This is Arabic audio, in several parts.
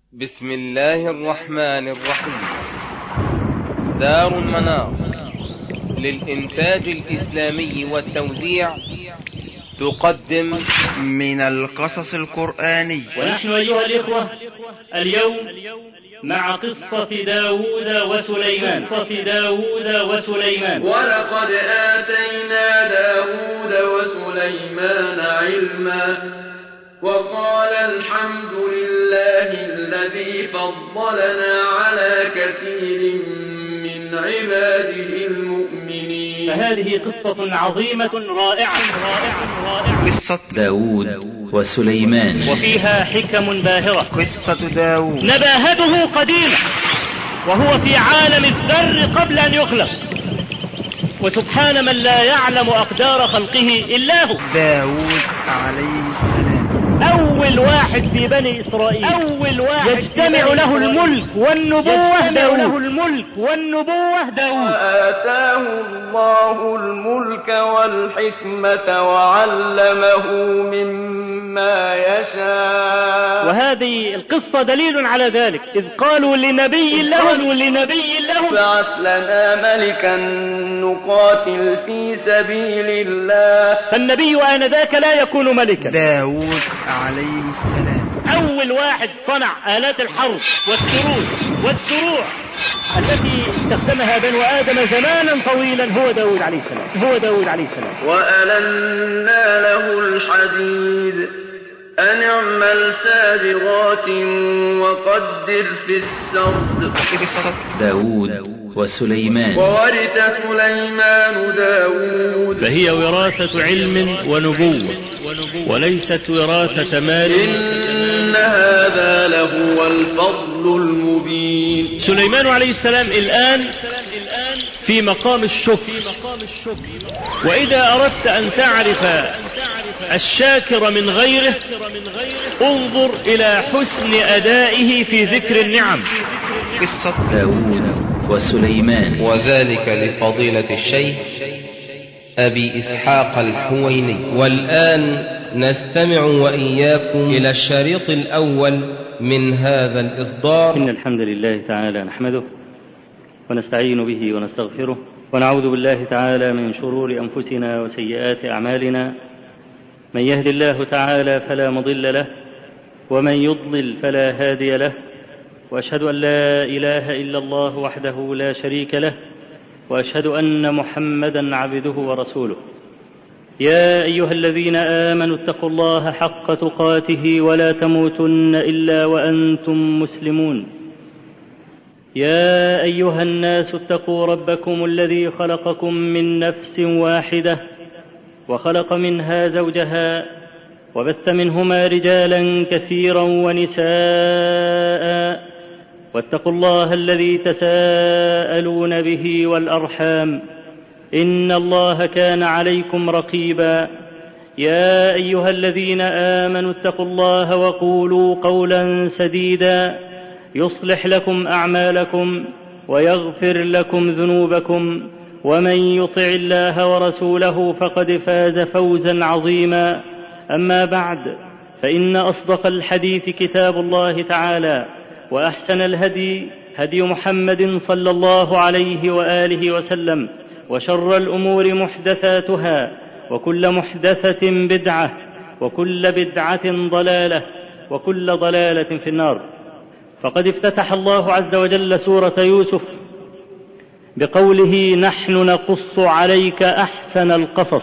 بسم الله الرحمن الرحيم. دار المنار للإنتاج الإسلامي والتوزيع تقدم من القصص القرآني. ونحن أيها الإخوة اليوم مع قصة داود وسليمان. ولقد آتينا داود وسليمان علما وقال الحمد لله الذي فضلنا على كثير من عباده المؤمنين. فهذه قصة عظيمة رائعة قصة داود وسليمان، وفيها حكم باهرة. قصة داود نباهته قديمة وهو في عالم الذر قبل أن يخلق، وسبحان من لا يعلم أقدار خلقه إلا هو. داود عليه السلام أول واحد في بني إسرائيل، يجتمع له الملك والنبوة داود. وآتاه الله الملك والحكمة وعلمه مما يشاء. وهذه القصة دليل على ذلك، إذ قالوا لنبي له بعث لنا ملكا نقاتل في سبيل الله. فالنبي آنذاك لا يكون ملكا. داود عليه السلام أول واحد صنع آلات الحرب والدروع التي استخدمها بنو آدم زمانا طويلا هو داود عليه السلام. وألنا له الحديد أن اعمل سابغات وقدر في السرد. قصة داود وسليمان. وورث سليمان داود. فهي وراثة علم ونبوة وليست وراثة مال. إن هذا لهو الفضل المبين. سليمان عليه السلام الآن في مقام الشكر. وإذا أردت أن تعرف الشاكر من غيره انظر إلى حسن أدائه في ذكر النعم. قصة داود وسليمان، وذلك لفضيلة الشيخ أبي إسحاق الحويني. والآن نستمع وإياكم إلى الشريط الأول من هذا الإصدار. إن الحمد لله تعالى نحمده ونستعين به ونستغفره، ونعوذ بالله تعالى من شرور أنفسنا وسيئات أعمالنا. من يهد الله تعالى فلا مضل له، ومن يضلل فلا هادي له. وأشهد أن لا إله إلا الله وحده لا شريك له، وأشهد أن محمدا عبده ورسوله. يا أيها الذين آمنوا اتقوا الله حق تقاته ولا تموتن إلا وأنتم مسلمون. يا أيها الناس اتقوا ربكم الذي خلقكم من نفس واحدة وخلق منها زوجها وبث منهما رجالا كثيرا ونساء، واتقوا الله الذي تساءلون به والأرحام إن الله كان عليكم رقيبا. يا أيها الذين آمنوا اتقوا الله وقولوا قولا سديدا يصلح لكم أعمالكم ويغفر لكم ذنوبكم، ومن يطع الله ورسوله فقد فاز فوزا عظيما. أما بعد، فإن أصدق الحديث كتاب الله تعالى، وأحسن الهدي هدي محمد صلى الله عليه وآله وسلم، وشر الأمور محدثاتها، وكل محدثة بدعة، وكل بدعة ضلالة، وكل ضلالة في النار. فقد افتتح الله عز وجل سورة يوسف بقوله نحن نقص عليك أحسن القصص،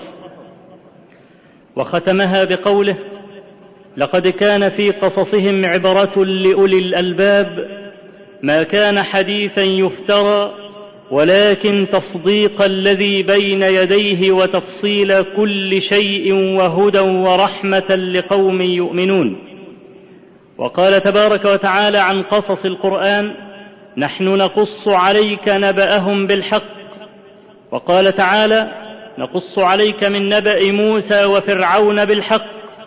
وختمها بقوله لقد كان في قصصهم عبرة لأولي الألباب ما كان حديثا يفترى ولكن تصديق الذي بين يديه وتفصيل كل شيء وهدى ورحمة لقوم يؤمنون. وقال تبارك وتعالى عن قصص القرآن نحن نقص عليك نبأهم بالحق. وقال تعالى نقص عليك من نبأ موسى وفرعون بالحق.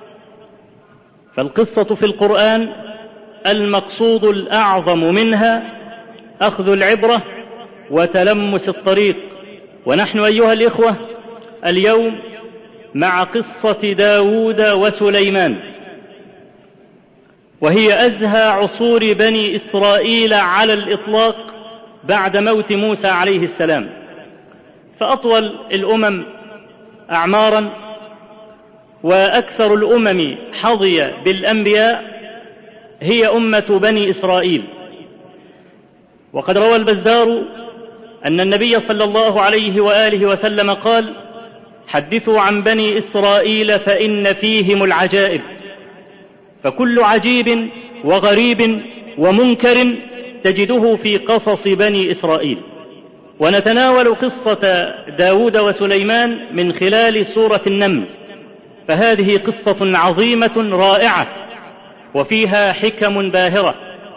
فالقصة في القرآن المقصود الأعظم منها أخذ العبرة وتلمس الطريق. ونحن أيها الإخوة اليوم مع قصة داود وسليمان. وهي أزهى عصور بني إسرائيل على الإطلاق بعد موت موسى عليه السلام. فأطول الأمم أعمارا وأكثر الأمم حظي بالأنبياء هي أمة بني إسرائيل. وقد روى البزار أن النبي صلى الله عليه وآله وسلم قال: حدثوا عن بني إسرائيل فإن فيهم العجائب، فكل عجيب وغريب ومنكر تجده في قصص بني إسرائيل. ونتناول قصة داود وسليمان من خلال سورة النمل، فهذه قصة عظيمة رائعة وفيها حكم باهرة.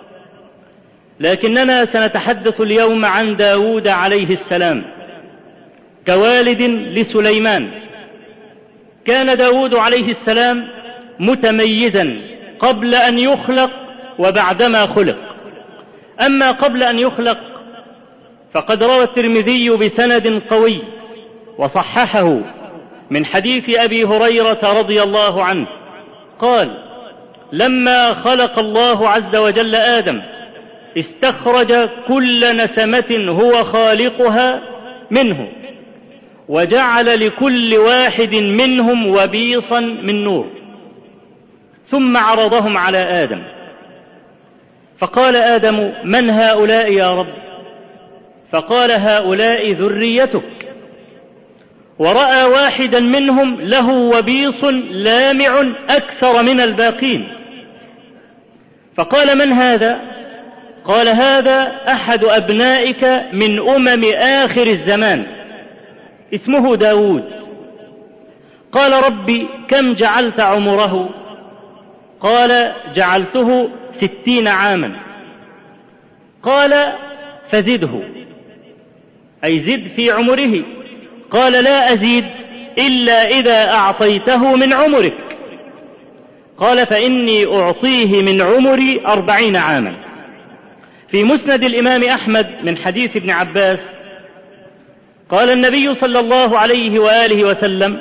لكننا سنتحدث اليوم عن داود عليه السلام كوالد لسليمان. كان داود عليه السلام متميزا قبل أن يخلق وبعدما خلق. أما قبل أن يخلق فقد روى الترمذي بسند قوي وصححه من حديث أبي هريرة رضي الله عنه قال: لما خلق الله عز وجل آدم استخرج كل نسمة هو خالقها منه، وجعل لكل واحد منهم وبيصا من نور، ثم عرضهم على آدم فقال آدم: من هؤلاء يا رب؟ فقال: هؤلاء ذريتك. ورأى واحدا منهم له وبيص لامع أكثر من الباقين، فقال: من هذا؟ قال: هذا أحد أبنائك من أمم آخر الزمان، اسمه داود. قال: ربي كم جعلت عمره؟ قال: جعلته 60 عاما. قال: فزده، أي زد في عمره. قال: لا أزيد إلا إذا أعطيته من عمرك. قال: فإني أعطيه من عمري 40 عاما. في مسند الإمام أحمد من حديث ابن عباس قال النبي صلى الله عليه وآله وسلم: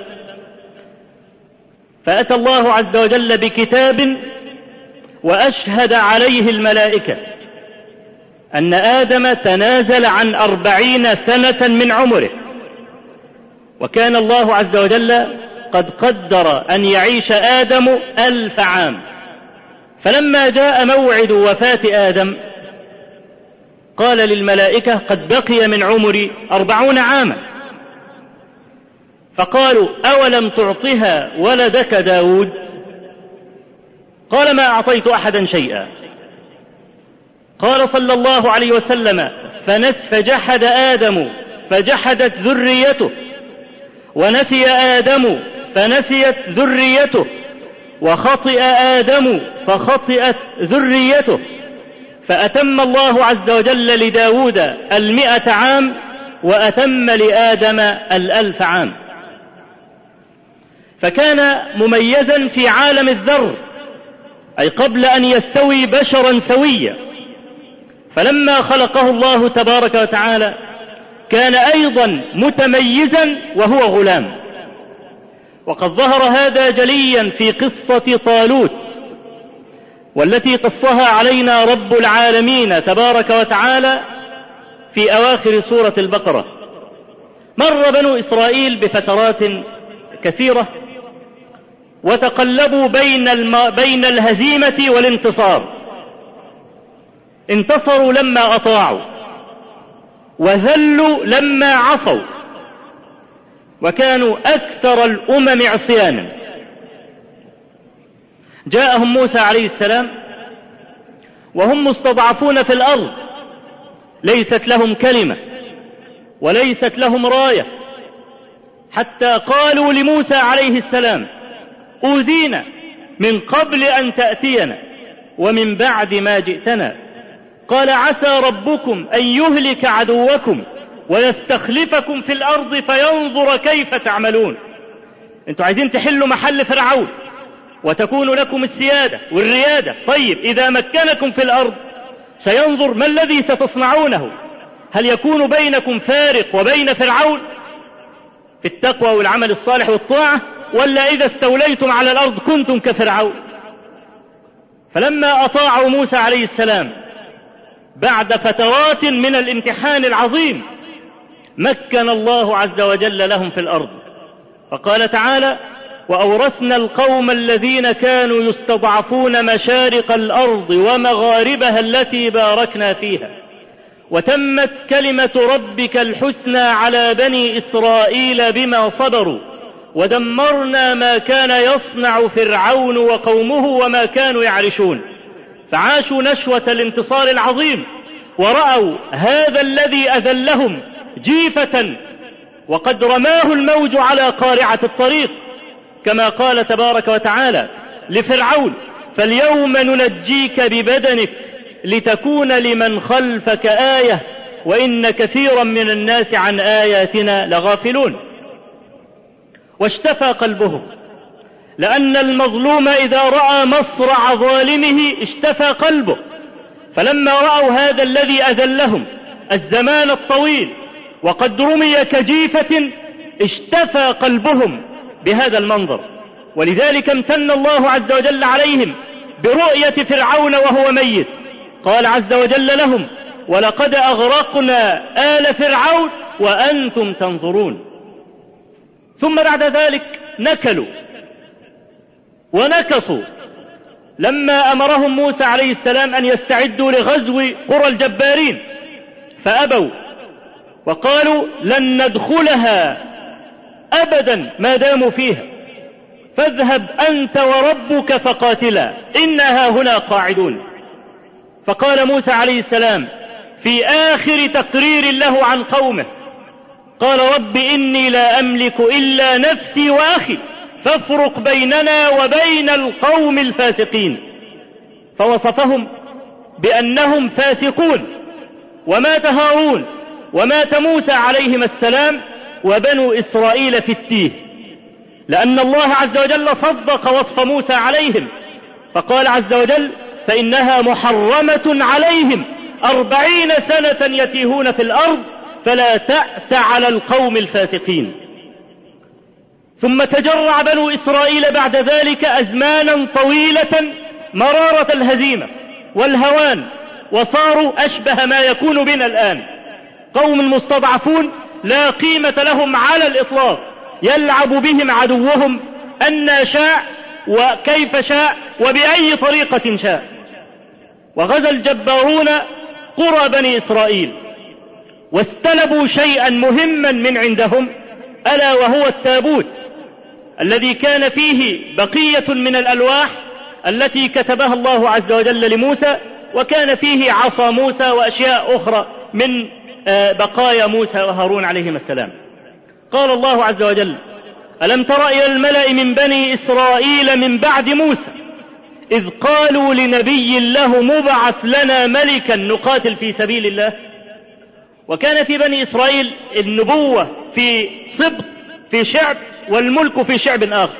فأتى الله عز وجل بكتاب وأشهد عليه الملائكة أن آدم تنازل عن 40 سنة من عمره، وكان الله عز وجل قد قدر أن يعيش آدم 1000 عام. فلما جاء موعد وفاة آدم قال للملائكة: قد بقي من عمري 40 عاما. فقالوا: أولم تعطها ولدك داود؟ قال: ما أعطيت أحدا شيئا. قال صلى الله عليه وسلم: فجحد آدم فجحدت ذريته، ونسي آدم فنسيت ذريته، وخطئ آدم فخطئت ذريته، فأتم الله عز وجل لداود 100 عام وأتم لآدم 1000 عام. فكان مميزا في عالم الذر، أي قبل أن يستوي بشرا سويا. فلما خلقه الله تبارك وتعالى كان أيضا متميزا وهو غلام. وقد ظهر هذا جليا في قصة طالوت، والتي قصها علينا رب العالمين تبارك وتعالى في أواخر سورة البقرة. مر بنو إسرائيل بفترات كثيرة وتقلبوا بين الهزيمة والانتصار. انتصروا لما أطاعوا، وذلوا لما عصوا، وكانوا أكثر الأمم عصيانا. جاءهم موسى عليه السلام وهم مستضعفون في الأرض، ليست لهم كلمة وليست لهم راية، حتى قالوا لموسى عليه السلام: أوذينا من قبل أن تأتينا ومن بعد ما جئتنا. قال: عسى ربكم أن يهلك عدوكم ويستخلفكم في الأرض فينظر كيف تعملون. انتوا عايزين تحلوا محل فرعون وتكون لكم السيادة والريادة. طيب، إذا مكنكم في الأرض سينظر ما الذي ستصنعونه، هل يكون بينكم فارق وبين فرعون في التقوى والعمل الصالح والطاعة، ولا إذا استوليتم على الأرض كنتم كفرعون؟ فلما أطاعوا موسى عليه السلام بعد فترات من الامتحان العظيم مكن الله عز وجل لهم في الأرض، فقال تعالى: وأورثنا القوم الذين كانوا يستضعفون مشارق الأرض ومغاربها التي باركنا فيها وتمت كلمة ربك الحسنى على بني إسرائيل بما صبروا ودمرنا ما كان يصنع فرعون وقومه وما كانوا يعرشون. فعاشوا نشوة الانتصار العظيم ورأوا هذا الذي أذلهم جيفة وقد رماه الموج على قارعة الطريق، كما قال تبارك وتعالى لفرعون: فاليوم ننجيك ببدنك لتكون لمن خلفك آية وإن كثيرا من الناس عن آياتنا لغافلون. واشتفى قلبهم، لأن المظلوم إذا رأى مصرع ظالمه اشتفى قلبه، فلما رأوا هذا الذي أذلهم الزمان الطويل وقد رمي كجيفة اشتفى قلبهم بهذا المنظر. ولذلك امتن الله عز وجل عليهم برؤية فرعون وهو ميت، قال عز وجل لهم: ولقد أغرقنا آل فرعون وأنتم تنظرون. ثم بعد ذلك نكلوا ونكصوا لما أمرهم موسى عليه السلام أن يستعدوا لغزو قرى الجبارين، فأبوا وقالوا: لن ندخلها أبدا ما داموا فيها، فاذهب أنت وربك فقاتلا إنها هنا قاعدون. فقال موسى عليه السلام في آخر تقرير له عن قومه، قال: رب إني لا أملك إلا نفسي وأخي فافرق بيننا وبين القوم الفاسقين. فوصفهم بأنهم فاسقون، ومات هارون ومات موسى عليهما السلام وبنو إسرائيل في التيه، لأن الله عز وجل صدق وصف موسى عليهم، فقال عز وجل: فإنها محرمة عليهم 40 سنة يتيهون في الأرض فلا تأس على القوم الفاسقين. ثم تجرع بنو إسرائيل بعد ذلك أزمانا طويلة مرارة الهزيمة والهوان، وصاروا أشبه ما يكون بنا الآن، قوم مستضعفون لا قيمة لهم على الإطلاق، يلعب بهم عدوهم أن شاء وكيف شاء وبأي طريقة شاء. وغزا الجبارون قرى بني إسرائيل واستلبوا شيئا مهما من عندهم، ألا وهو التابوت الذي كان فيه بقية من الألواح التي كتبها الله عز وجل لموسى، وكان فيه عصا موسى وأشياء أخرى من بقايا موسى وهارون عليهما السلام. قال الله عز وجل: ألم تر إلى الملأ من بني إسرائيل من بعد موسى إذ قالوا لنبي له مبعث لنا ملكا نقاتل في سبيل الله. وكان في بني إسرائيل النبوة في سبط في شعب والملك في شعب آخر،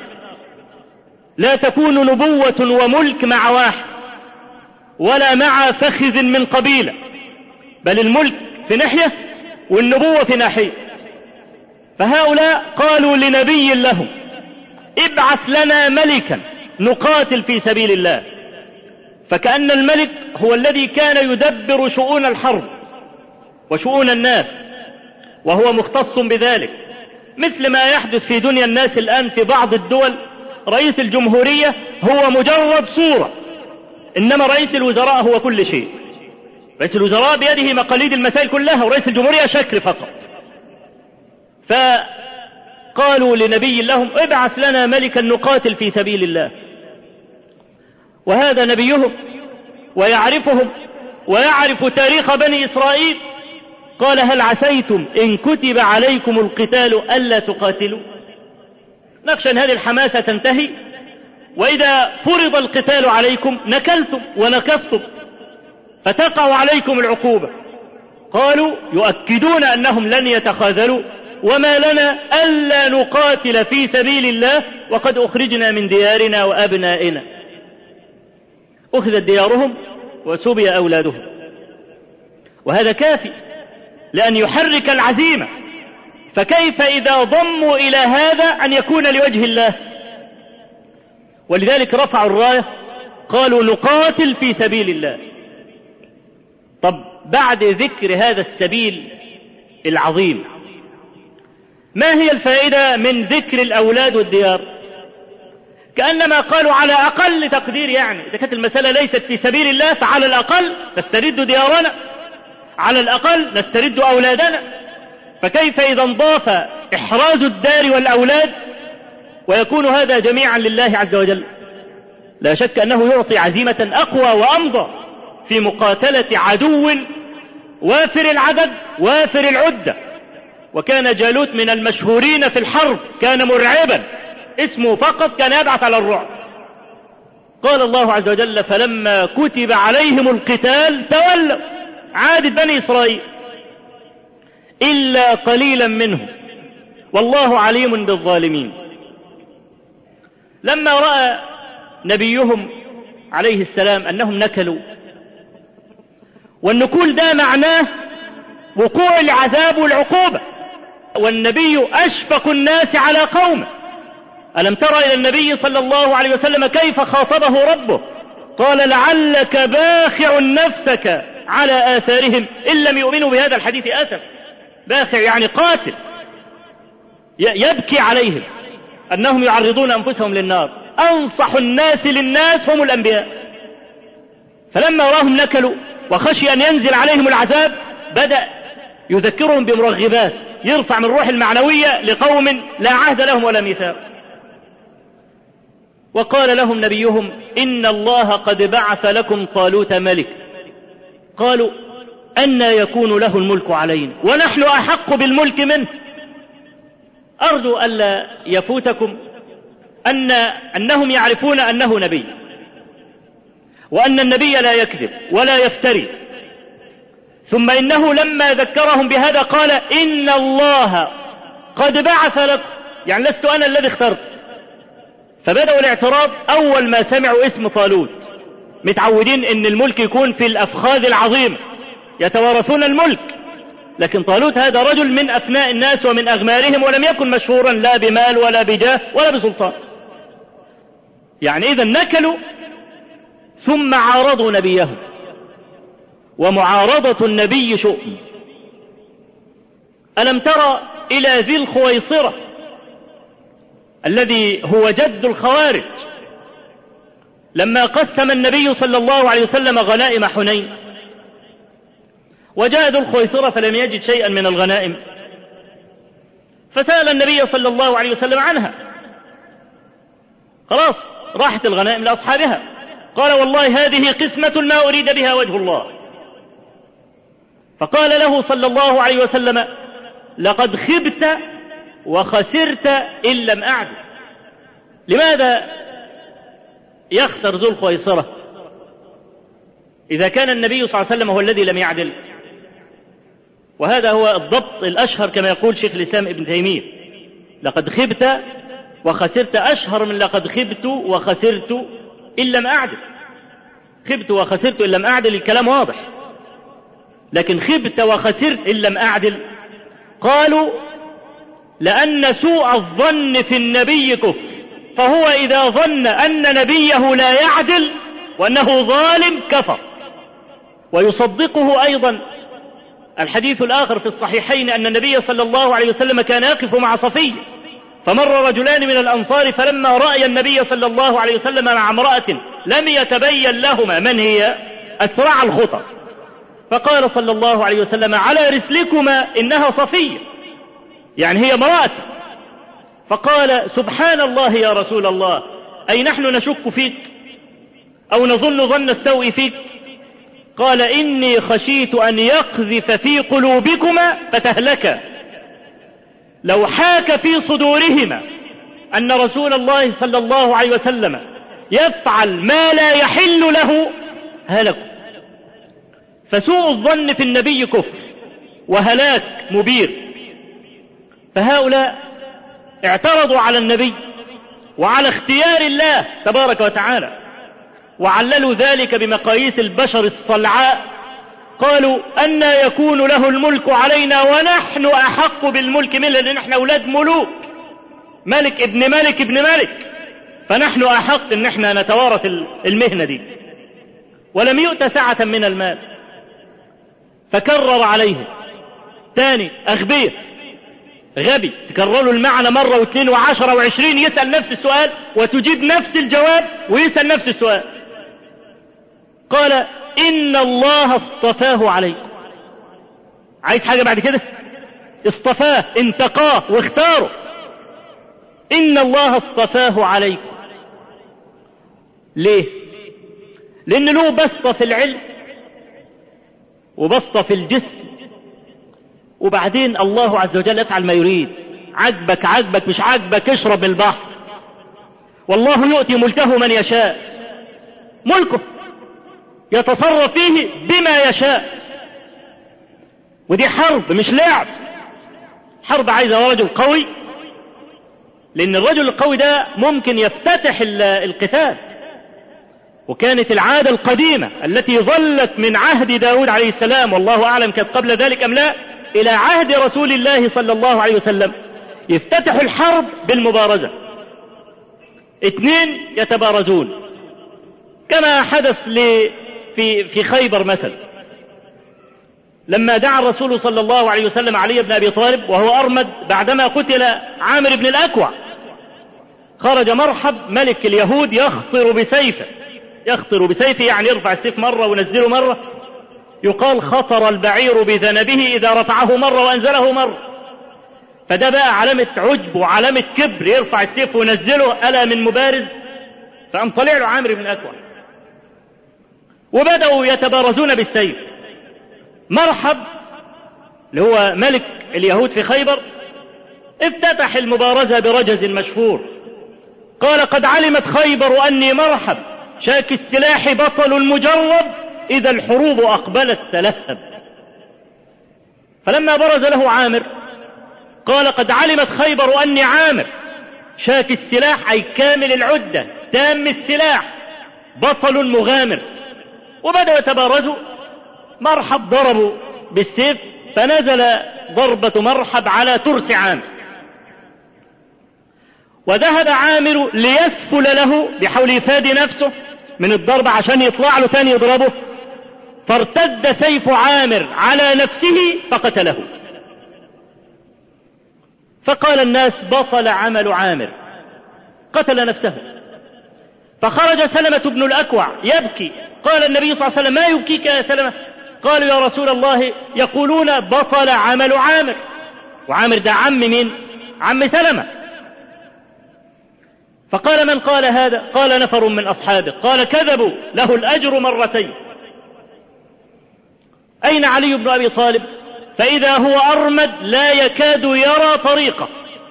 لا تكون نبوة وملك مع واحد ولا مع فخذ من قبيلة، بل الملك في ناحية والنبوة في ناحية. فهؤلاء قالوا لنبي لهم: ابعث لنا ملكا نقاتل في سبيل الله. فكأن الملك هو الذي كان يدبر شؤون الحرب وشؤون الناس، وهو مختص بذلك، مثل ما يحدث في دنيا الناس الآن في بعض الدول. رئيس الجمهورية هو مجرد صورة، إنما رئيس الوزراء هو كل شيء. رئيس الوزراء بيده مقاليد المسائل كلها، ورئيس الجمهورية شكل فقط. فقالوا لنبي لهم: ابعث لنا ملكا نقاتل في سبيل الله. وهذا نبيهم ويعرفهم ويعرف تاريخ بني إسرائيل. قال: هل عسيتم إن كتب عليكم القتال ألا تقاتلوا؟ نخشى أن هذه الحماسة تنتهي، وإذا فرض القتال عليكم نكلتم ونكصتم فتقع عليكم العقوبة. قالوا يؤكدون أنهم لن يتخاذلوا: وما لنا ألا نقاتل في سبيل الله وقد أخرجنا من ديارنا وأبنائنا. أخذت ديارهم وسبي أولادهم، وهذا كافي لأن يحرك العزيمة. فكيف إذا ضموا إلى هذا أن يكون لوجه الله؟ ولذلك رفعوا الراية، قالوا نقاتل في سبيل الله. طب بعد ذكر هذا السبيل العظيم ما هي الفائدة من ذكر الأولاد والديار؟ كأنما قالوا على أقل تقدير، يعني إذا كانت المسألة ليست في سبيل الله فعلى الأقل نسترد ديارنا، على الأقل نسترد أولادنا. فكيف إذا انضاف إحراز الدار والأولاد ويكون هذا جميعا لله عز وجل؟ لا شك أنه يعطي عزيمة أقوى وأمضى في مقاتلة عدو وافر العدد وافر العدة. وكان جالوت من المشهورين في الحرب، كان مرعبا، اسمه فقط كان يبعث على الرعب. قال الله عز وجل فلما كتب عليهم القتال تولوا، عادت بني إسرائيل إلا قليلا منهم والله عليم بالظالمين. لما رأى نبيهم عليه السلام أنهم نكلوا، والنكول ده معناه وقوع العذاب والعقوبة، والنبي أشفق الناس على قومه. ألم تر إلى النبي صلى الله عليه وسلم كيف خاطبه ربه؟ قال لعلك باخع نفسك على آثارهم إن لم يؤمنوا بهذا الحديث أسف. باخع يعني قاتل، يبكي عليهم أنهم يعرضون أنفسهم للنار. أنصح الناس للناس هم الأنبياء. فلما راهم نكلوا وخشي أن ينزل عليهم العذاب بدأ يذكرهم بمرغبات، يرفع من الروح المعنوية لقوم لا عهد لهم ولا ميثاق. وقال لهم نبيهم إن الله قد بعث لكم طالوت ملك. قالوا أنى يكون له الملك علينا ونحن أحق بالملك منه. أرجو ألا يفوتكم أنهم يعرفون أنه نبي، وأن النبي لا يكذب ولا يفتري. ثم إنه لما ذكرهم بهذا قال إن الله قد بعث لكم، يعني لست أنا الذي اخترت. فبدأوا الاعتراض أول ما سمعوا اسم طالوت. متعودين أن الملك يكون في الأفخاذ العظيمة يتوارثون الملك، لكن طالوت هذا رجل من أفناء الناس ومن أغمارهم، ولم يكن مشهورا لا بمال ولا بجاه ولا بسلطان. يعني إذا نكلوا ثم عارضوا نبيهم، ومعارضة النبي شؤم. ألم ترى إلى ذي الخويصرة الذي هو جد الخوارج لما قسم النبي صلى الله عليه وسلم غنائم حنين، وجاء ذو الخويصرة فلم يجد شيئا من الغنائم، فسأل النبي صلى الله عليه وسلم عنها. خلاص راحت الغنائم لأصحابها. قال والله هذه قسمة ما أريد بها وجه الله. فقال له صلى الله عليه وسلم لقد خبت وخسرت إن لم أعدل. لماذا يخسر ذو الخويصرة إذا كان النبي صلى الله عليه وسلم هو الذي لم يعدل؟ وهذا هو الضبط الأشهر كما يقول شيخ الإسلام ابن تيمية، لقد خبت وخسرت أشهر من لقد خبت وخسرت إن لم أعدل. خبت وخسرت إن لم أعدل الكلام واضح، لكن خبت وخسرت إن لم أعدل. قالوا لأن سوء الظن في النبي كفر، فهو إذا ظن أن نبيه لا يعدل وأنه ظالم كفر. ويصدقه أيضا الحديث الآخر في الصحيحين أن النبي صلى الله عليه وسلم كان يقف مع صفية، فمر رجلان من الأنصار فلما رأي النبي صلى الله عليه وسلم مع امرأة لم يتبين لهما من هي أسرع الخطى، فقال صلى الله عليه وسلم على رسلكما إنها صفية، يعني هي امرأة. فقال سبحان الله يا رسول الله، أي نحن نشك فيك أو نظن ظن السوء فيك؟ قال إني خشيت أن يقذف في قلوبكما فتهلكا. لو حاك في صدورهما أن رسول الله صلى الله عليه وسلم يفعل ما لا يحل له هلكوا. فسوء الظن في النبي كفر وهلاك مبير. فهؤلاء اعترضوا على النبي وعلى اختيار الله تبارك وتعالى، وعللوا ذلك بمقاييس البشر الصلعاء. قالوا أن يكون له الملك علينا ونحن أحق بالملك منه، لأن نحن أولاد ملوك، ملك ابن ملك ابن ملك، فنحن أحق إن احنا نتوارث المهنة دي. ولم يؤت سعة من المال، فكرر عليه تاني. أغبية غبي تكرر له المعنى مرة واثنين وعشرة وعشرين، يسأل نفس السؤال وتجيب نفس الجواب ويسأل نفس السؤال. قال إن الله اصطفاه عليكم. عايز حاجة بعد كده؟ اصطفاه، انتقاه واختاره. إن الله اصطفاه عليكم. ليه؟ لأن له بسطة في العلم وبسطة في الجسم، وبعدين الله عز وجل يفعل ما يريد. عجبك عجبك، مش عجبك اشرب من البحر. والله يؤتي ملكه من يشاء، ملكه يتصرف فيه بما يشاء. ودي حرب مش لعب. حرب عايزة رجل قوي، لأن الرجل القوي ده ممكن يفتتح القتال. وكانت العادة القديمة التي ظلت من عهد داود عليه السلام، والله أعلم كانت قبل ذلك أم لا، إلى عهد رسول الله صلى الله عليه وسلم، يفتتح الحرب بالمبارزة. اثنين يتبارزون، كما حدث في خيبر مثلا، لما دعا الرسول صلى الله عليه وسلم علي بن أبي طالب وهو أرمد بعدما قتل عامر بن الأكوع. خرج مرحب ملك اليهود يخطر بسيفه، يعني يرفع السيف مرة ونزله مرة. يقال خطر البعير بذنبه إذا رفعه مرة وأنزله مرة. فده بقى علامة عجب وعلامة كبر، يرفع السيف ونزله ألا من مبارز. فقام طلع له عامر بن الأكوع وبدأوا يتبارزون بالسيف. مرحب اللي هو ملك اليهود في خيبر افتتح المبارزة برجز مشهور. قال قد علمت خيبر أني مرحب شاك السلاح بطل مجرب إذا الحروب أقبلت تلهب. فلما برز له عامر قال قد علمت خيبر أني عامر شاك السلاح، أي كامل العدة تام السلاح بطل مغامر. وبدأوا يتبارزوا. مرحب ضربوا بالسيف، فنزل ضربة مرحب على ترس عامر، وذهب عامر ليسفل له بحول يفادي نفسه من الضرب عشان يطلع له تاني يضربه، فارتد سيف عامر على نفسه فقتله. فقال الناس بطل عمل عامر، قتل نفسه. فخرج سلمة بن الأكوع يبكي. قال النبي صلى الله عليه وسلم ما يبكيك يا سلمة؟ قالوا يا رسول الله يقولون بطل عمل عامر. وعامر ده عم مين؟ عم سلمة. فقال من قال هذا؟ قال نفر من أصحابه. قال كذبوا، له الأجر مرتين. أين علي بن أبي طالب؟ فإذا هو أرمد لا يكاد يرى طريقه.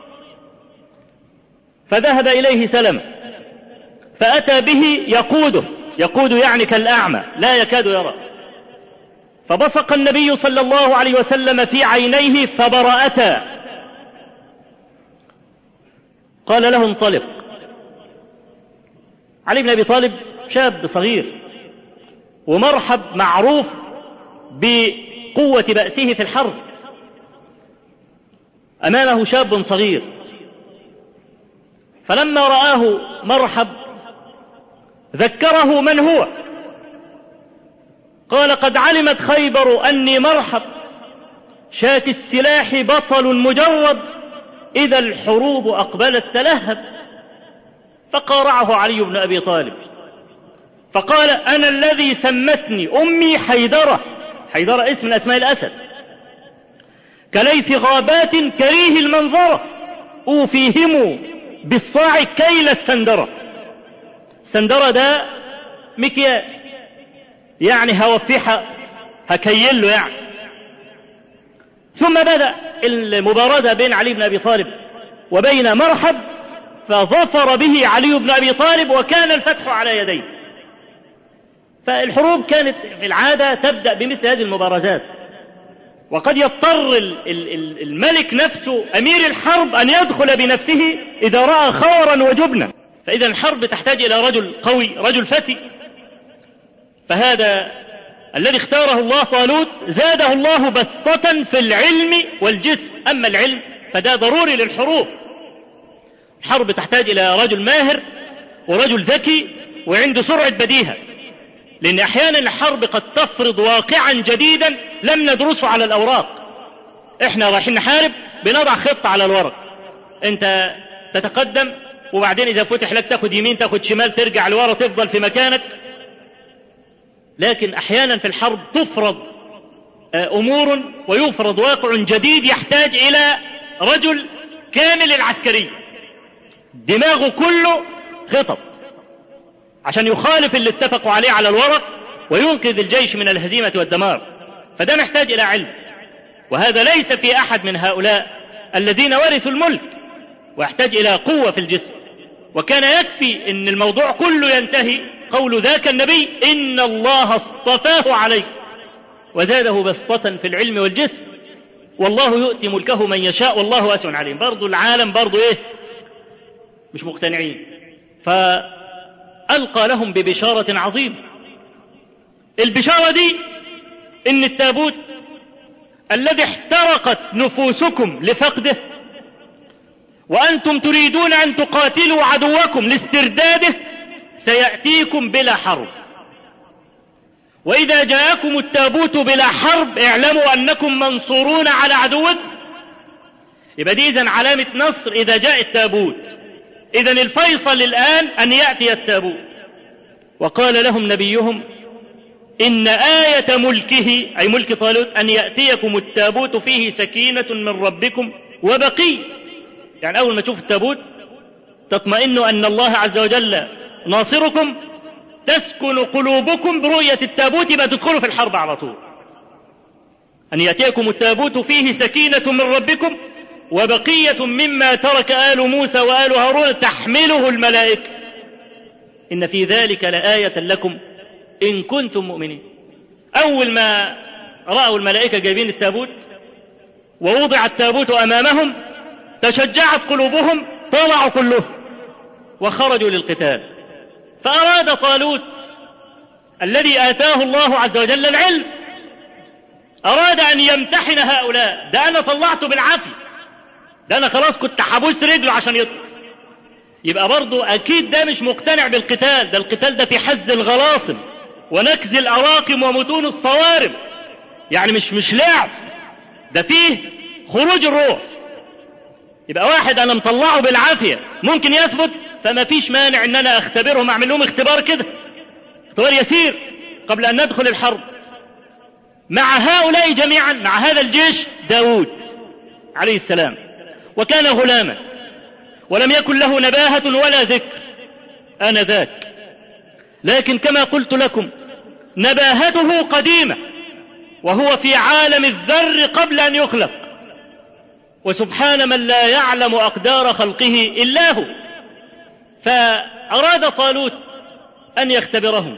فذهب إليه سلمة فأتى به يقود يعني كالأعمى لا يكاد يرى. فبصق النبي صلى الله عليه وسلم في عينيه فبرأتا. قال له انطلق. علي بن أبي طالب شاب صغير، ومرحب معروف بقوة بأسه في الحرب. أمامه شاب صغير، فلما رآه مرحب ذكره من هو. قال قد علمت خيبر أني مرحب شاك السلاح بطل مجرب إذا الحروب أقبلت تلهب. فقارعه علي بن أبي طالب فقال أنا الذي سمتني أمي حيدرة. حيدرة اسم من أسماء الأسد. كليث غابات كريه المنظرة أوفيهم بالصاع كيل السندرة. السندرة ده مكيال، يعني هوفيها هكيل له يعني. ثم بدأ المبارزة بين علي بن أبي طالب وبين مرحب، فظفر به علي بن أبي طالب وكان الفتح على يديه. فالحروب كانت في العادة تبدأ بمثل هذه المبارزات، وقد يضطر الملك نفسه أمير الحرب أن يدخل بنفسه إذا رأى خورا وجبنا. فإذا الحرب تحتاج إلى رجل قوي، رجل فتي. فهذا الذي اختاره الله طالوت زاده الله بسطة في العلم والجسم. أما العلم فده ضروري للحروب. الحرب تحتاج إلى رجل ماهر ورجل ذكي وعنده سرعة بديهة، لأن أحيانا الحرب قد تفرض واقعا جديدا لم ندرسه على الأوراق. إحنا رايحين نحارب بنضع خطة على الورق، أنت تتقدم وبعدين إذا فتح لك تاخد يمين تاخد شمال ترجع لورا تفضل في مكانك. لكن أحيانا في الحرب تفرض أمور ويفرض واقع جديد يحتاج إلى رجل كامل العسكرية دماغه كله خطط عشان يخالف اللي اتفقوا عليه على الورق وينقذ الجيش من الهزيمة والدمار. فده محتاج إلى علم، وهذا ليس في أحد من هؤلاء الذين ورثوا الملك، ويحتاج إلى قوة في الجسم. وكان يكفي أن الموضوع كله ينتهي قول ذاك النبي إن الله اصطفاه عليه وزاده بسطة في العلم والجسم والله يؤتي ملكه من يشاء والله واسع عليم. برضو العالم برضو مش مقتنعين، فألقى لهم ببشارة عظيمة. البشارة دي إن التابوت الذي احترقت نفوسكم لفقده وأنتم تريدون أن تقاتلوا عدوكم لاسترداده سيأتيكم بلا حرب. وإذا جاءكم التابوت بلا حرب اعلموا أنكم منصورون على عدوكم. يبقى دي إذن علامة نصر إذا جاء التابوت. إذن الفيصل الآن أن يأتي التابوت. وقال لهم نبيهم إن آية ملكه أي ملك طالوت أن يأتيكم التابوت فيه سكينة من ربكم وبقية. يعني أول ما تشوف التابوت تطمئنوا أن الله عز وجل ناصركم، تسكن قلوبكم برؤية التابوت، يبقى تدخلوا في الحرب على طول. أن يأتيكم التابوت فيه سكينة من ربكم وبقية مما ترك آل موسى وآل هارون تحمله الملائكة إن في ذلك لآية لكم إن كنتم مؤمنين. أول ما رأوا الملائكة جايبين التابوت ووضع التابوت أمامهم تشجعت قلوبهم، طلعوا كلهم وخرجوا للقتال. فأراد طالوت الذي آتاه الله عز وجل العلم أراد أن يمتحن هؤلاء. ده أنا طلعته بالعافية، ده أنا خلاص كنت حبوس رجله عشان يطلع. يبقى برضو أكيد ده مش مقتنع بالقتال، ده القتال ده في حز الغلاصم ونكز الأراقم ومتون الصوارم، يعني مش لعب، ده فيه خروج الروح. يبقى واحد أنا مطلعه بالعافية ممكن يثبت، فما فيش مانع أن أنا أختبرهم، أعمل لهم اختبار كده، اختبار يسير قبل أن ندخل الحرب. مع هؤلاء جميعا، مع هذا الجيش داود عليه السلام، وكان غلاما ولم يكن له نباهة ولا ذكر آنذاك، لكن كما قلت لكم نباهته قديمة وهو في عالم الذر قبل أن يخلق، وسبحان من لا يعلم أقدار خلقه إلا هو. فأراد طالوت أن يختبرهم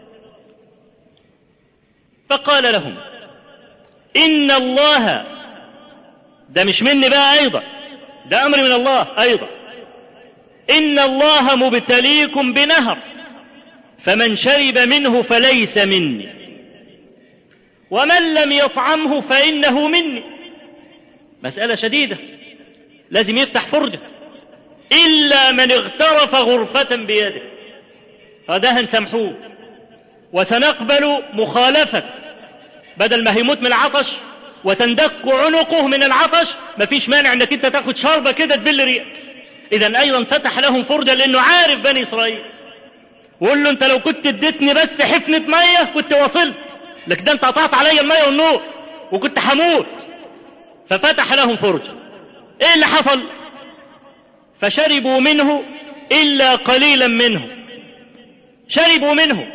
فقال لهم إن الله، ده مش مني بقى أيضا، ده أمر من الله أيضا، إن الله مبتليكم بنهر فمن شرب منه فليس مني ومن لم يطعمه فإنه مني. مسألة شديدة، لازم يفتح فرجة، إلا من اغترف غرفة بيده، فده هنسامحوه وسنقبل مخالفة، بدل ما هيموت من العطش وتندك عنقه من العطش مفيش مانع انك انت تاخد شربة كده تبل ريقك. اذا ايضا فتح لهم فرجة لانه عارف بني اسرائيل، وقول له انت لو كنت اديتني بس حفنة مية كنت وصلت، لكن ده انت قطعت عليا المية والنور وكنت هموت. ففتح لهم فرجة. ايه اللي حصل؟ فشربوا منه الا قليلا منه، شربوا منه.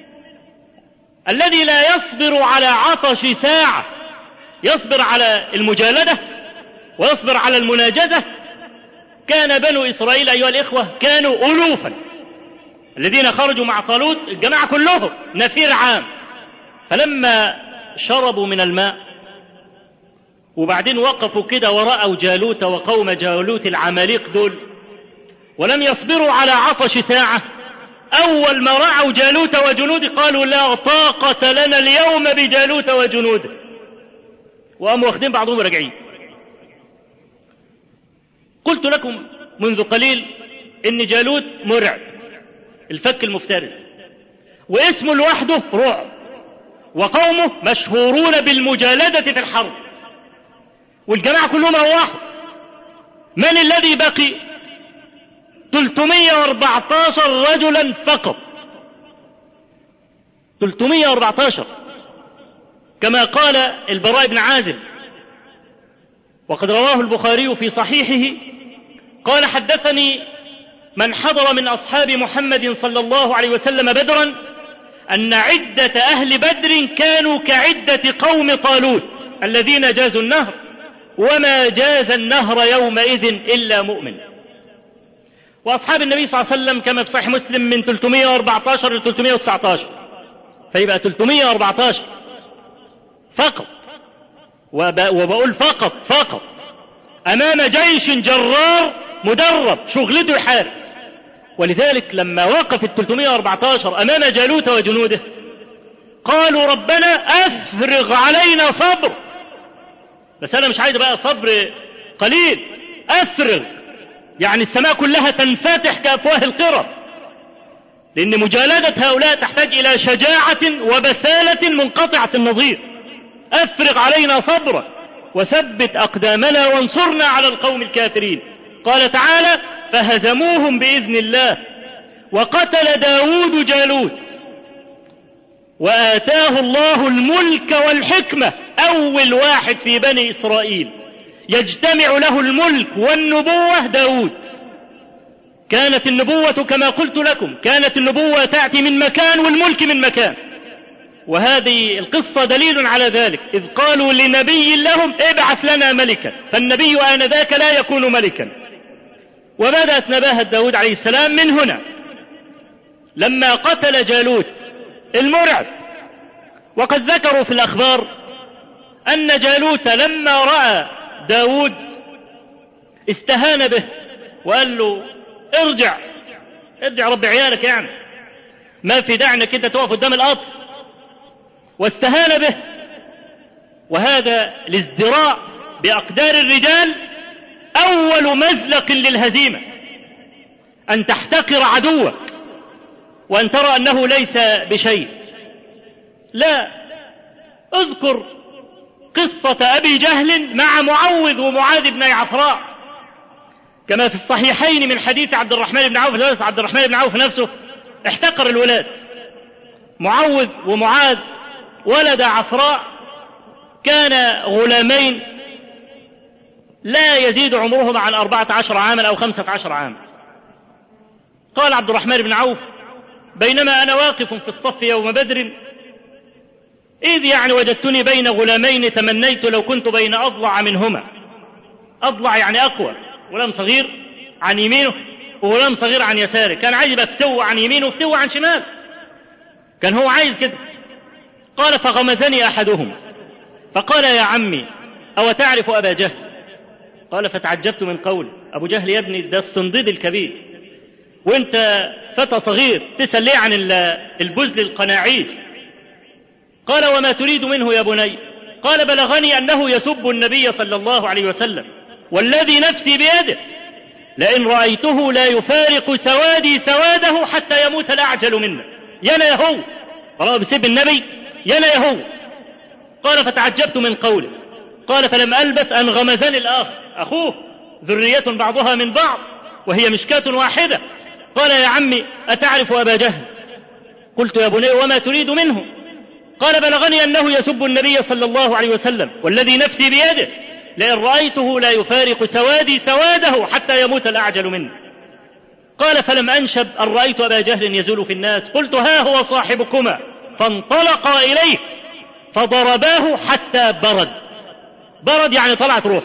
الذي لا يصبر على عطش ساعة يصبر على المجالدة ويصبر على المناجدة. كان بنو إسرائيل أيها الإخوة كانوا ألوفا الذين خرجوا مع طالوت، الجماعة كلهم نفير عام. فلما شربوا من الماء وبعدين وقفوا كده ورأوا جالوت وقوم جالوت العماليق دول ولم يصبروا على عطش ساعة، أول ما رأوا جالوت وجنوده قالوا لا طاقة لنا اليوم بجالوت وجنوده، وقاموا واخدين بعضهم راجعين. قلت لكم منذ قليل إن جالوت مرعب الفك المفترس، واسمه لوحده رعب، وقومه مشهورون بالمجالدة في الحرب، والجماعة كلهم روحوا. من الذي بقي؟ 314 رجلا فقط، 314، كما قال البراء بن عازب، وقد رواه البخاري في صحيحه قال: حدثني من حضر من أصحاب محمد صلى الله عليه وسلم بدرا أن عدة أهل بدر كانوا كعدة قوم طالوت الذين جازوا النهر، وما جاز النهر يومئذ إلا مؤمن. وأصحاب النبي صلى الله عليه وسلم كما في صحيح مسلم من 314 ل 319، فيبقى 314 فقط، وبقول فقط أمام جيش جرار مدرب شغلته يحارب. ولذلك لما وقف 314 أمام جالوت وجنوده قالوا: ربنا أفرغ علينا صبر. بس أنا مش عايز بقى صبر قليل، أفرغ يعني السماء كلها تنفتح كأفواه القرى، لأن مجالدة هؤلاء تحتاج إلى شجاعة وبسالة منقطعة النظير. أفرغ علينا صبرا وثبت أقدامنا وانصرنا على القوم الكافرين. قال تعالى: فهزموهم بإذن الله وقتل داود جالوت وآتاه الله الملك والحكمة، أول واحد في بني إسرائيل يجتمع له الملك والنبوة داود. كانت النبوة كما قلت لكم، كانت النبوة تأتي من مكان والملك من مكان، وهذه القصة دليل على ذلك. إذ قالوا لنبي لهم: ابعث لنا ملكا، فالنبي آنذاك لا يكون ملكا. وبدأت نباهة داود عليه السلام من هنا لما قتل جالوت المرعب. وقد ذكروا في الأخبار أن جالوت لما رأى داود استهان به وقال له: ارجع رب عيالك، يعني ما في داعي انك انت تقف قدام القطر، واستهان به. وهذا الازدراء بأقدار الرجال أول مزلق للهزيمة، أن تحتقر عدوك وأن ترى أنه ليس بشيء. لا، اذكر قصة أبي جهل مع معوذ ومعاذ بن عفراء كما في الصحيحين من حديث عبد الرحمن بن عوف. عبد الرحمن بن عوف نفسه احتقر الولاد. معوذ ومعاذ ولد عفراء، كان غلامين لا يزيد عمرهما عن 14 عاما أو 15 عاما. قال عبد الرحمن بن عوف: بينما أنا واقف في الصف يوم بدر إذ يعني وجدتني بين غلامين تمنيت لو كنت بين أضلع منهما. أضلع يعني أقوى، غلام صغير عن يمينه وغلام صغير عن يساره، كان عايز يبقى فتوة عن يمينه وفتوة عن شمال، كان هو عايز كده. قال: فغمزني أحدهم فقال: يا عمي أو تعرف أبا جهل؟ قال: فتعجبت من قوله. أبو جهل يا ابني ده الصنديد الكبير، وانت فتى صغير تسأل ليه عن البزل القناعيس؟ قال: وما تريد منه يا بني؟ قال: بلغني أنه يسب النبي صلى الله عليه وسلم، والذي نفسي بيده لئن رأيته لا يفارق سوادي سواده حتى يموت الأعجل منا. يانا يهو قال بسب النبي، يانا يهو. قال: فتعجبت من قوله. قال: فلم ألبث أن غمزني الآخر أخوه، ذرية بعضها من بعض وهي مشكاة واحدة. قال: يا عمي أتعرف أبا جهل؟ قلت: يا بني وما تريد منه؟ قال: بلغني أنه يسب النبي صلى الله عليه وسلم، والذي نفسي بيده لئن رأيته لا يفارق سوادي سواده حتى يموت الأعجل منه. قال: فلم أنشب أن رأيت أبا جهل يزول في الناس، قلت: ها هو صاحبكما. فانطلقا إليه فضرباه حتى برد يعني طلعت روح،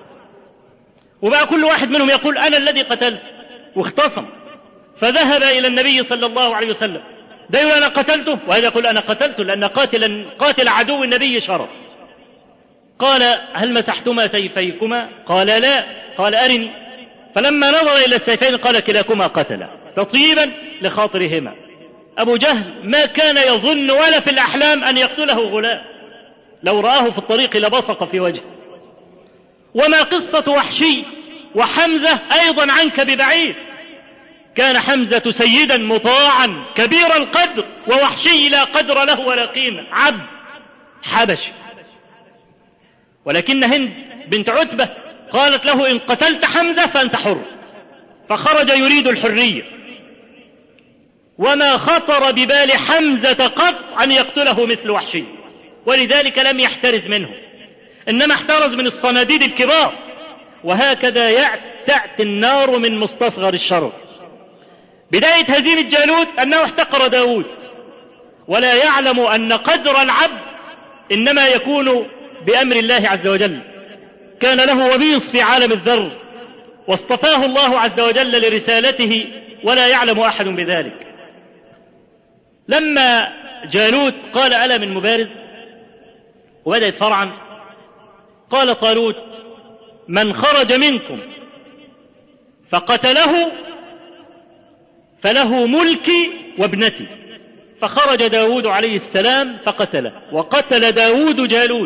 وبقى كل واحد منهم يقول: أنا الذي قتلت، واختصم. فذهب إلى النبي صلى الله عليه وسلم، ده يقول أنا قتلته وهذا يقول أنا قتلته، لأن قاتل عدو النبي شرف. قال: هل مسحتما سيفيكما؟ قال: لا. قال: أرني. فلما نظر إلى السيفين قال: كلاكما قتلا، تطيبا لخاطرهما. أبو جهل ما كان يظن ولا في الأحلام أن يقتله غلام، لو رآه في الطريق لبصق في وجهه. وما قصة وحشي وحمزة أيضا عنك ببعيد، كان حمزة سيدا مطاعا كبير القدر ووحشي لا قدر له ولا قيمة، عبد حبشي. ولكن هند بنت عتبة قالت له إن قتلت حمزة فأنت حر، فخرج يريد الحرية، وما خطر ببال حمزة قط أن يقتله مثل وحشي، ولذلك لم يحترز منه، إنما احترز من الصناديد الكبار. وهكذا تأتي النار من مستصغر الشرر. بداية هزيمة جالوت أنه احتقر داود، ولا يعلم أن قدر العبد إنما يكون بأمر الله عز وجل. كان له وبيص في عالم الذر، واصطفاه الله عز وجل لرسالته، ولا يعلم أحد بذلك. لما جالوت قال ألا من مبارز وبدأ يتفرعن، قال طالوت من خرج منكم فقتله فله ملكي وابنتي. فخرج داود عليه السلام فقتله، وقتل داود جالوت،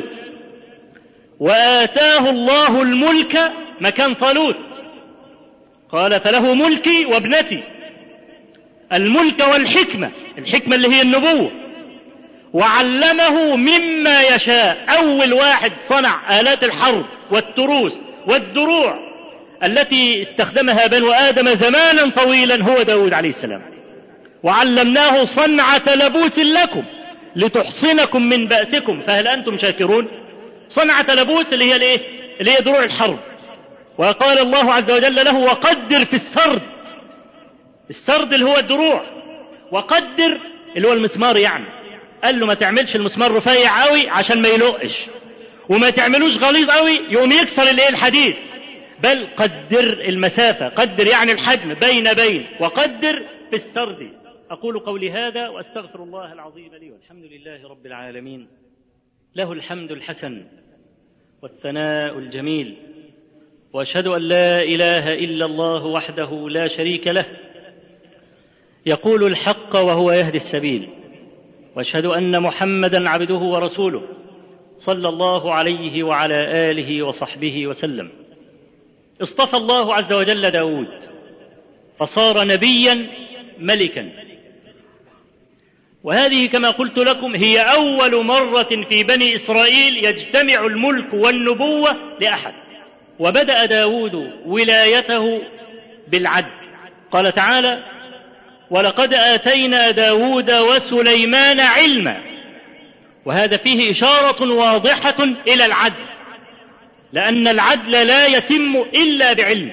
وآتاه الله الملك مكان طالوت. قال فله ملكي وابنتي، الملك والحكمة، الحكمة اللي هي النبوة، وعلمه مما يشاء. أول واحد صنع آلات الحرب والتروس والدروع التي استخدمها بنو آدم زمانا طويلا هو داود عليه السلام. وعلمناه صنعة لبوس لكم لتحصنكم من بأسكم فهل أنتم شاكرون. صنعة لبوس اللي هي دروع الحرب. وقال الله عز وجل له وقدر في السرد، السرد اللي هو الدروع، وقدر اللي هو المسمار. يعني قال له ما تعملش المسمار رفيع قوي عشان ما يلقش، وما تعملوش غليظ قوي يقوم يكسر الحديد، بل قدر المسافة، قدر يعني الحجم بين وقدر في السرد. أقول قولي هذا وأستغفر الله العظيم لي، والحمد لله رب العالمين، له الحمد الحسن والثناء الجميل، وأشهد أن لا إله إلا الله وحده لا شريك له يقول الحق وهو يهدي السبيل، وأشهد أن محمدا عبده ورسوله صلى الله عليه وعلى آله وصحبه وسلم. اصطفى الله عز وجل داود فصار نبيا ملكا، وهذه كما قلت لكم هي أول مرة في بني إسرائيل يجتمع الملك والنبوة لأحد. وبدأ داود ولايته بالعدل. قال تعالى ولقد آتينا داود وسليمان علما، وهذا فيه إشارة واضحة إلى العدل، لأن العدل لا يتم إلا بعلم.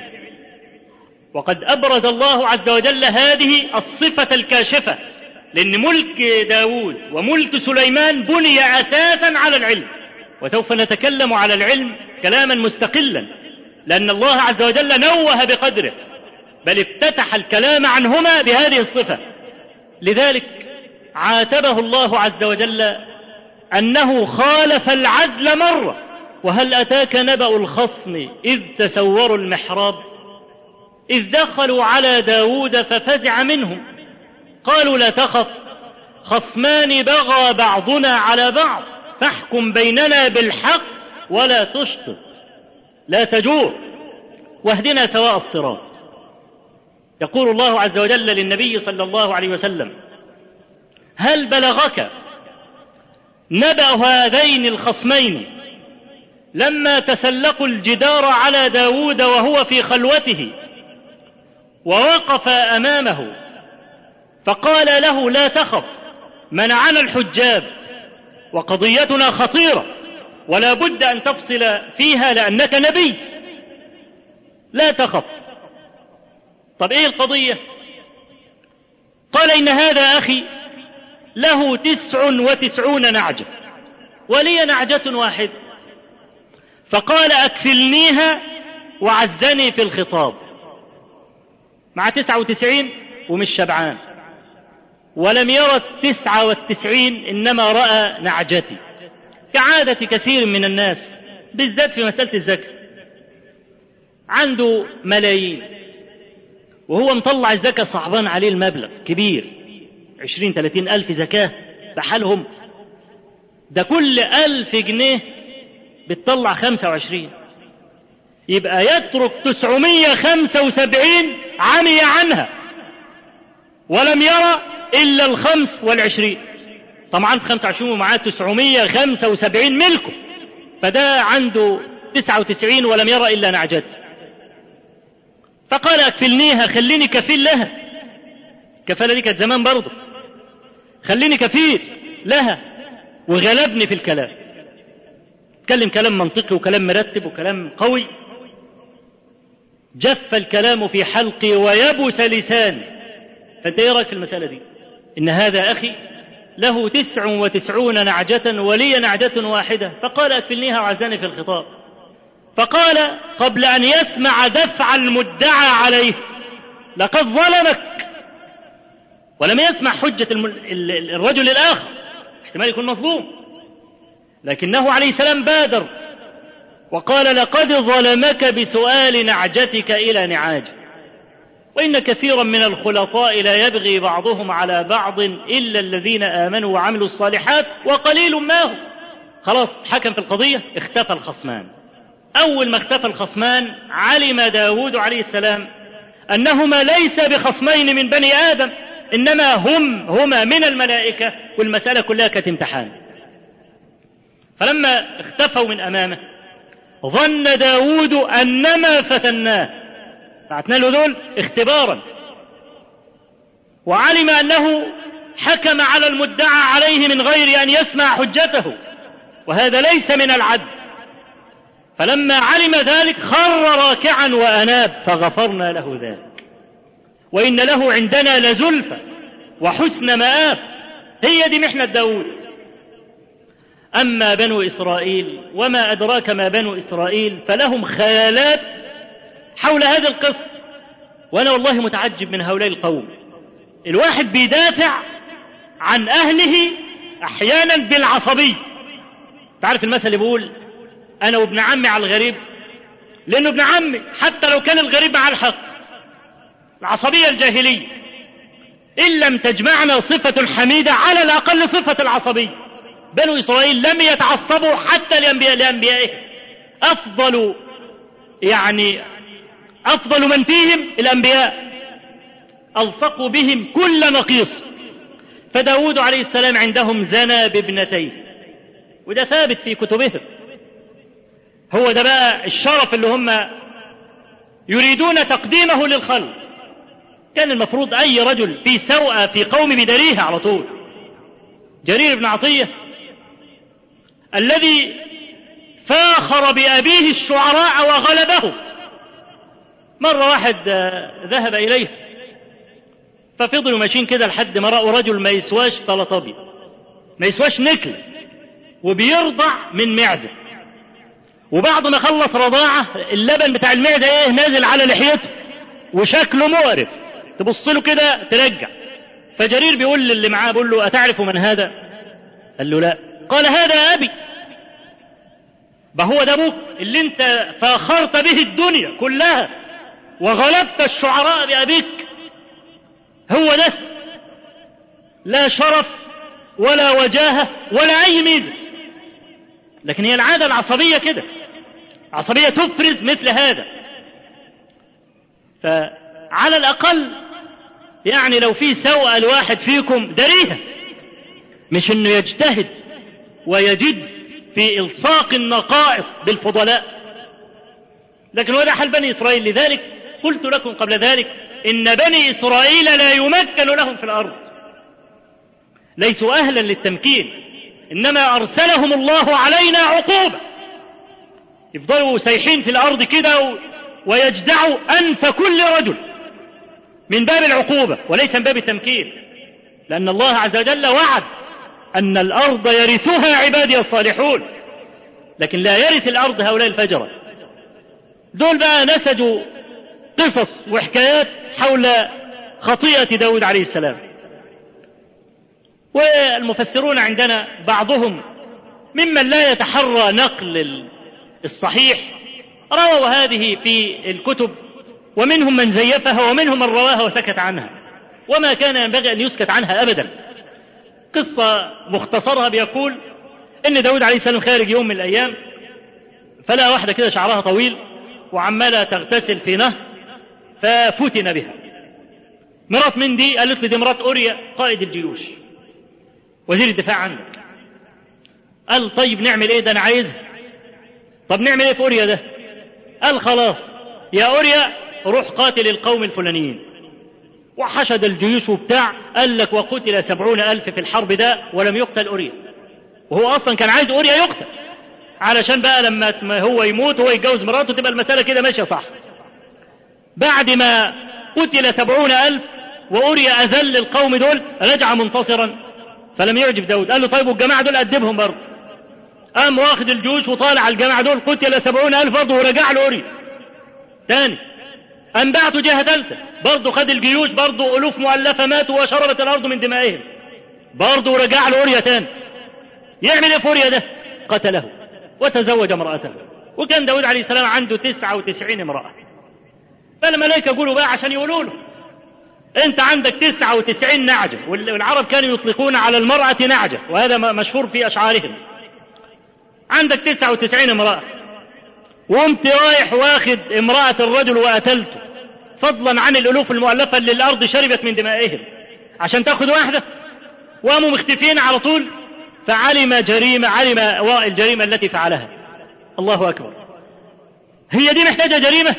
وقد أبرز الله عز وجل هذه الصفة الكاشفة، لأن ملك داود وملك سليمان بني أساسا على العلم، وسوف نتكلم على العلم كلاما مستقلا، لأن الله عز وجل نوه بقدره، بل افتتح الكلام عنهما بهذه الصفة. لذلك عاتبه الله عز وجل أنه خالف العدل مرة. وهل أتاك نبأ الخصم إذ تسوروا المحراب إذ دخلوا على داود ففزع منهم قالوا لا تخف خصمان بغى بعضنا على بعض فاحكم بيننا بالحق ولا تشطط لا تجور واهدنا سواء الصراط. يقول الله عز وجل للنبي صلى الله عليه وسلم هل بلغك نبأ هذين الخصمين لما تسلقوا الجدار على داود وهو في خلوته ووقف أمامه فقال له لا تخف منعنا الحجاب وقضيتنا خطيرة ولا بد أن تفصل فيها لأنك نبي لا تخف. طب إيه القضية؟ قال إن هذا أخي له 99 نعجة ولي نعجة واحدة، فقال أكفلنيها وعزني في الخطاب، مع 99 ومش شبعان، ولم يرى 99 إنما رأى نعجتي، كعادة كثير من الناس بالذات في مسألة الزكاة. عنده ملايين وهو مطلع الزكاة صعبان عليه المبلغ كبير 20-30 ألف زكاة بحالهم، ده كل 1000 جنيه بتطلع 25، يبقى يترك 975 عمي عنها ولم يرى إلا 25. طبعا في 25 ومعاه 975 ملكه، فده عنده 99 ولم يرى إلا نعجته. فقال أكفلنيها، خليني كفيل لها. كفالة دي كانت زمان برضه، خليني كفيل لها. وغلبني في الكلام، تكلم كلام منطقي وكلام مرتب وكلام قوي. جف الكلام في حلقي ويبس لساني. فأنت إيه رأيك في المسألة دي؟ إن هذا أخي له 99 نعجة ولي نعجة واحدة، فقال أكفلنيها وعزاني في الخطاب. فقال قبل أن يسمع دفع المدعى عليه: لقد ظلمك. ولم يسمع حجة الرجل الآخر، احتمال يكون مظلوم، لكنه عليه السلام بادر وقال: لقد ظلمك بسؤال نعجتك إلى نعاجه، وإن كثيرا من الخلطاء لا يبغي بعضهم على بعض إلا الذين آمنوا وعملوا الصالحات وقليل ما هم. خلاص حكم في القضية، اختفى الخصمان. أول ما اختفى الخصمان علم داود عليه السلام أنهما ليس بخصمين من بني آدم، إنما هما من الملائكة، والمسألة كلها كانت امتحان. فلما اختفوا من أمامه ظن داود أنما فتناه، بعثنا له دول اختبارا، وعلم أنه حكم على المدعى عليه من غير أن يسمع حجته، وهذا ليس من العدل. فلما علم ذلك خر راكعا وأناب، فغفرنا له ذلك، وإن له عندنا لزلفى وحسن مآب. هي دي محنة داود. أما بنو إسرائيل وما أدراك ما بنو إسرائيل، فلهم خيالات حول هذا القصة. وأنا والله متعجب من هؤلاء القوم. الواحد بيدافع عن أهله أحيانا بالعصبية. تعرف المثل اللي بيقول: أنا وابن عمي على الغريب، لأنه ابن عمي حتى لو كان الغريب مع الحق. العصبية الجاهلية إن لم تجمعنا صفة حميدة، على الأقل صفة العصبية. بنو إسرائيل لم يتعصبوا حتى لأنبيائهم. أفضل من فيهم الأنبياء، ألصقوا بهم كل نقيص. فداود عليه السلام عندهم زنى بابنتيه، وده ثابت في كتبهم. هو ده بقى الشرف اللي هم يريدون تقديمه للخلق. كان المفروض أي رجل في سوءة في قوم بدريها على طول. جرير بن عطية الذي فاخر بأبيه الشعراء وغلبه، مرة واحد ذهب إليه، ففضلوا ماشيين كده لحد ما رأوا رجل ما يسواش طلطبي، ما يسواش نكل، وبيرضع من معزة، وبعد ما خلص رضاعة اللبن بتاع المعزة نازل على لحيته وشكله مقرف، تبص له كده ترجع. فجرير بيقول للي معاه، بيقول له: أتعرف من هذا؟ قال له: لا. قال: هذا أبي. هو ده أبوك اللي انت فاخرت به الدنيا كلها وغلبت الشعراء بأبيك. هو ده، لا شرف ولا وجاهة ولا أي ميزة. لكن هي العادة العصبية كده، عصبية تفرز مثل هذا. فعلى الأقل يعني لو في سوء الواحد فيكم دريها، مش انه يجتهد ويجد في إلصاق النقائص بالفضلاء. لكن وده حال بني إسرائيل. لذلك قلت لكم قبل ذلك إن بني إسرائيل لا يمكن لهم في الأرض، ليسوا أهلا للتمكين، إنما أرسلهم الله علينا عقوبة. يفضلوا سيحين في الأرض كده ويجدعوا أنف كل رجل من باب العقوبة وليس من باب التمكين، لأن الله عز وجل وعد أن الأرض يرثها عبادي الصالحون، لكن لا يرث الأرض هؤلاء الفجرة. دول بقى نسجوا قصص وحكايات حول خطيئة داود عليه السلام. والمفسرون عندنا بعضهم ممن لا يتحرى نقل الصحيح رووا هذه في الكتب، ومنهم من زيفها ومنهم من رواها وسكت عنها، وما كان ينبغي أن يسكت عنها أبدا. قصة مختصرها بيقول إن داود عليه السلام خارج يوم من الأيام، فلا واحدة كده شعرها طويل وعمالة تغتسل في نهر، ففتن بها. مرات من دي قالت لي دي مرات أوريا قائد الجيوش وزير الدفاع عندك. قال طيب نعمل ايه؟ ده انا عايزها. طب نعمل ايه في أوريا ده؟ قال خلاص يا أوريا روح قاتل القوم الفلانيين. وحشد الجيوش وبتاع. قال لك وقتل 70,000 في الحرب ده ولم يقتل أوريا، وهو أصلا كان عايز أوريا يقتل علشان بقى لما هو يموت هو يتجوز مراته تبقى المسألة كده ماشية صح. بعد ما قتل 70,000 وأوريا أذل القوم دول رجع منتصرا، فلم يعجب داود. قال له طيب والجماعة دول أدبهم برضه. قام واخد الجيوش وطالع على الجماعة دول، قتل 70,000 برضه ورجع له أوريا تاني. قام بعته جهة ثالثة برضه، خد الجيوش برضه ألوف مؤلفة ماتوا وشربت الأرض من دمائهم برضه ورجع له أوريا تاني. يعمل ايه في أوريا ده؟ قتله وتزوج امرأته. وكان داود عليه السلام عنده 99 امرأة. فالملائكة يقولوا بقى عشان يقولوا له انت عندك 99 نعجة، والعرب كانوا يطلقون على المرأة نعجة وهذا مشهور في أشعارهم. عندك 99 امرأة وقمت رايح واخد امرأة الرجل وقتلته، فضلا عن الألوف المؤلفة اللي الأرض شربت من دمائهم، عشان تاخد واحدة وقاموا مختفين على طول. فعلم الجريمة التي فعلها. الله أكبر. هي دي محتاجة جريمة،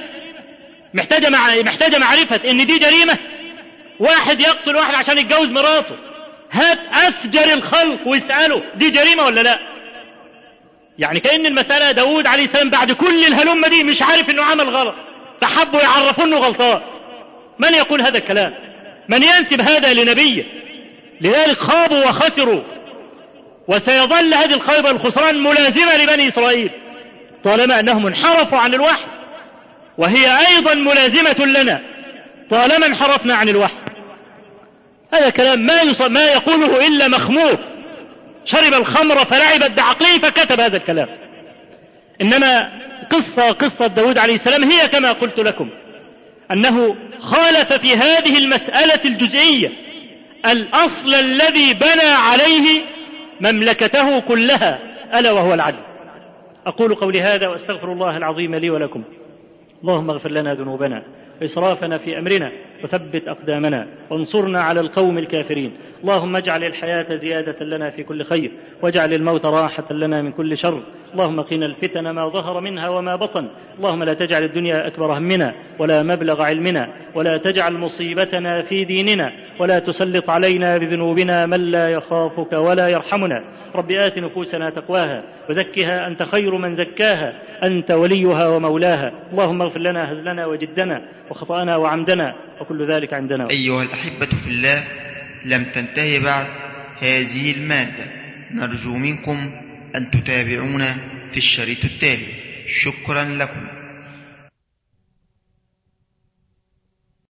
محتاجة معرفة ان دي جريمة. واحد يقتل واحد عشان يتجوز مراته، هات أفجر الخلق واسأله دي جريمة ولا لا؟ يعني كأن المسألة داود عليه السلام بعد كل الهلمة دي مش عارف انه عمل غلط، فحبوا يعرفوا انه غلطان. من يقول هذا الكلام؟ من ينسب هذا لنبيه؟ لذلك خابوا وخسروا، وسيظل هذه الخيبة والخسران ملازمة لبني إسرائيل طالما أنهم انحرفوا عن الوحي، وهي أيضا ملازمة لنا طالما انحرفنا عن الوحي. هذا كلام ما يقوله إلا مخمور شرب الخمر فلعبت بعقله فكتب هذا الكلام. إنما قصة داود عليه السلام هي كما قلت لكم، أنه خالف في هذه المسألة الجزئية الأصل الذي بنى عليه مملكته كلها، ألا وهو العدل. أقول قولي هذا وأستغفر الله العظيم لي ولكم. اللهم اغفر لنا ذنوبنا وإسرافنا في أمرنا وثبت أقدامنا وانصرنا على القوم الكافرين. اللهم اجعل الحياة زيادة لنا في كل خير، واجعل الموت راحة لنا من كل شر. اللهم قنا الفتن ما ظهر منها وما بطن. اللهم لا تجعل الدنيا أكبر همنا ولا مبلغ علمنا، ولا تجعل مصيبتنا في ديننا، ولا تسلط علينا بذنوبنا من لا يخافك ولا يرحمنا. رب آت نفوسنا تقواها وزكها أنت خير من زكاها، أنت وليها ومولاها. اللهم اغفر لنا هزلنا وجدنا وخطأنا وعمدنا وكل ذلك عندنا. أيها الأحبة في الله، لم تنتهي بعد هذه المادة، نرجو منكم أن تتابعونا في الشريط التالي. شكرا لكم.